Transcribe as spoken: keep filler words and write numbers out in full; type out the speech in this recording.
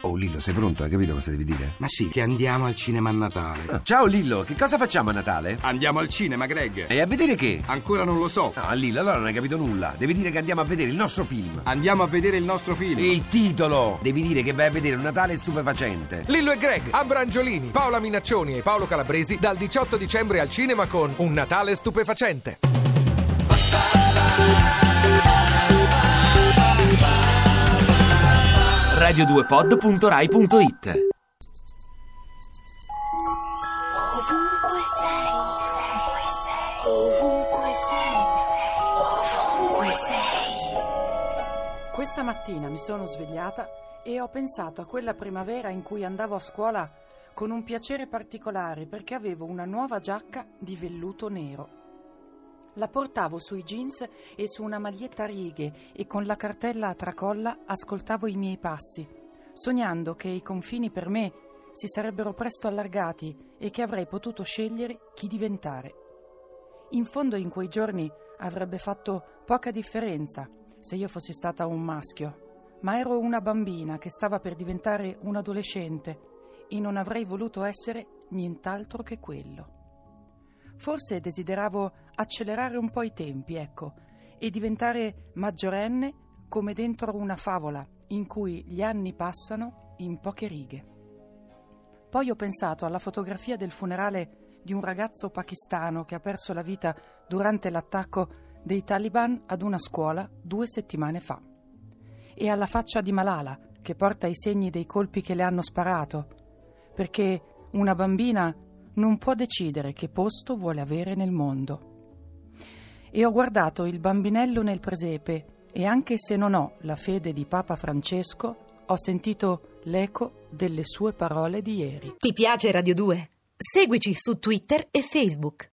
Oh Lillo, sei pronto? Hai capito cosa devi dire? Ma sì, che andiamo al cinema a Natale. Ah, ciao Lillo, che cosa facciamo a Natale? Andiamo al cinema, Greg. E a vedere che? Ancora non lo so. No, Lillo, allora non hai capito nulla. Devi dire che andiamo a vedere il nostro film. Andiamo a vedere il nostro film. Il titolo! Devi dire che vai a vedere un Natale stupefacente. Lillo e Greg, Ambra Angiolini, Paola Minaccioni e Paolo Calabresi dal diciotto dicembre al cinema con Un Natale stupefacente. radio due pod punto rai punto it. Ovunque sei, ovunque sei, ovunque sei. Questa mattina mi sono svegliata e ho pensato a quella primavera in cui andavo a scuola con un piacere particolare perché avevo una nuova giacca di velluto nero. La portavo sui jeans e su una maglietta a righe e con la cartella a tracolla ascoltavo i miei passi, sognando che i confini per me si sarebbero presto allargati e che avrei potuto scegliere chi diventare. In fondo in quei giorni avrebbe fatto poca differenza se io fossi stata un maschio, ma ero una bambina che stava per diventare un adolescente e non avrei voluto essere nient'altro che quello. Forse desideravo accelerare un po' i tempi, ecco, e diventare maggiorenne come dentro una favola in cui gli anni passano in poche righe. Poi ho pensato alla fotografia del funerale di un ragazzo pakistano che ha perso la vita durante l'attacco dei Taliban ad una scuola due settimane fa, e alla faccia di Malala che porta i segni dei colpi che le hanno sparato, perché una bambina non può decidere che posto vuole avere nel mondo. E ho guardato il bambinello nel presepe e anche se non ho la fede di Papa Francesco, ho sentito l'eco delle sue parole di ieri. Ti piace Radio due? Seguici su Twitter e Facebook.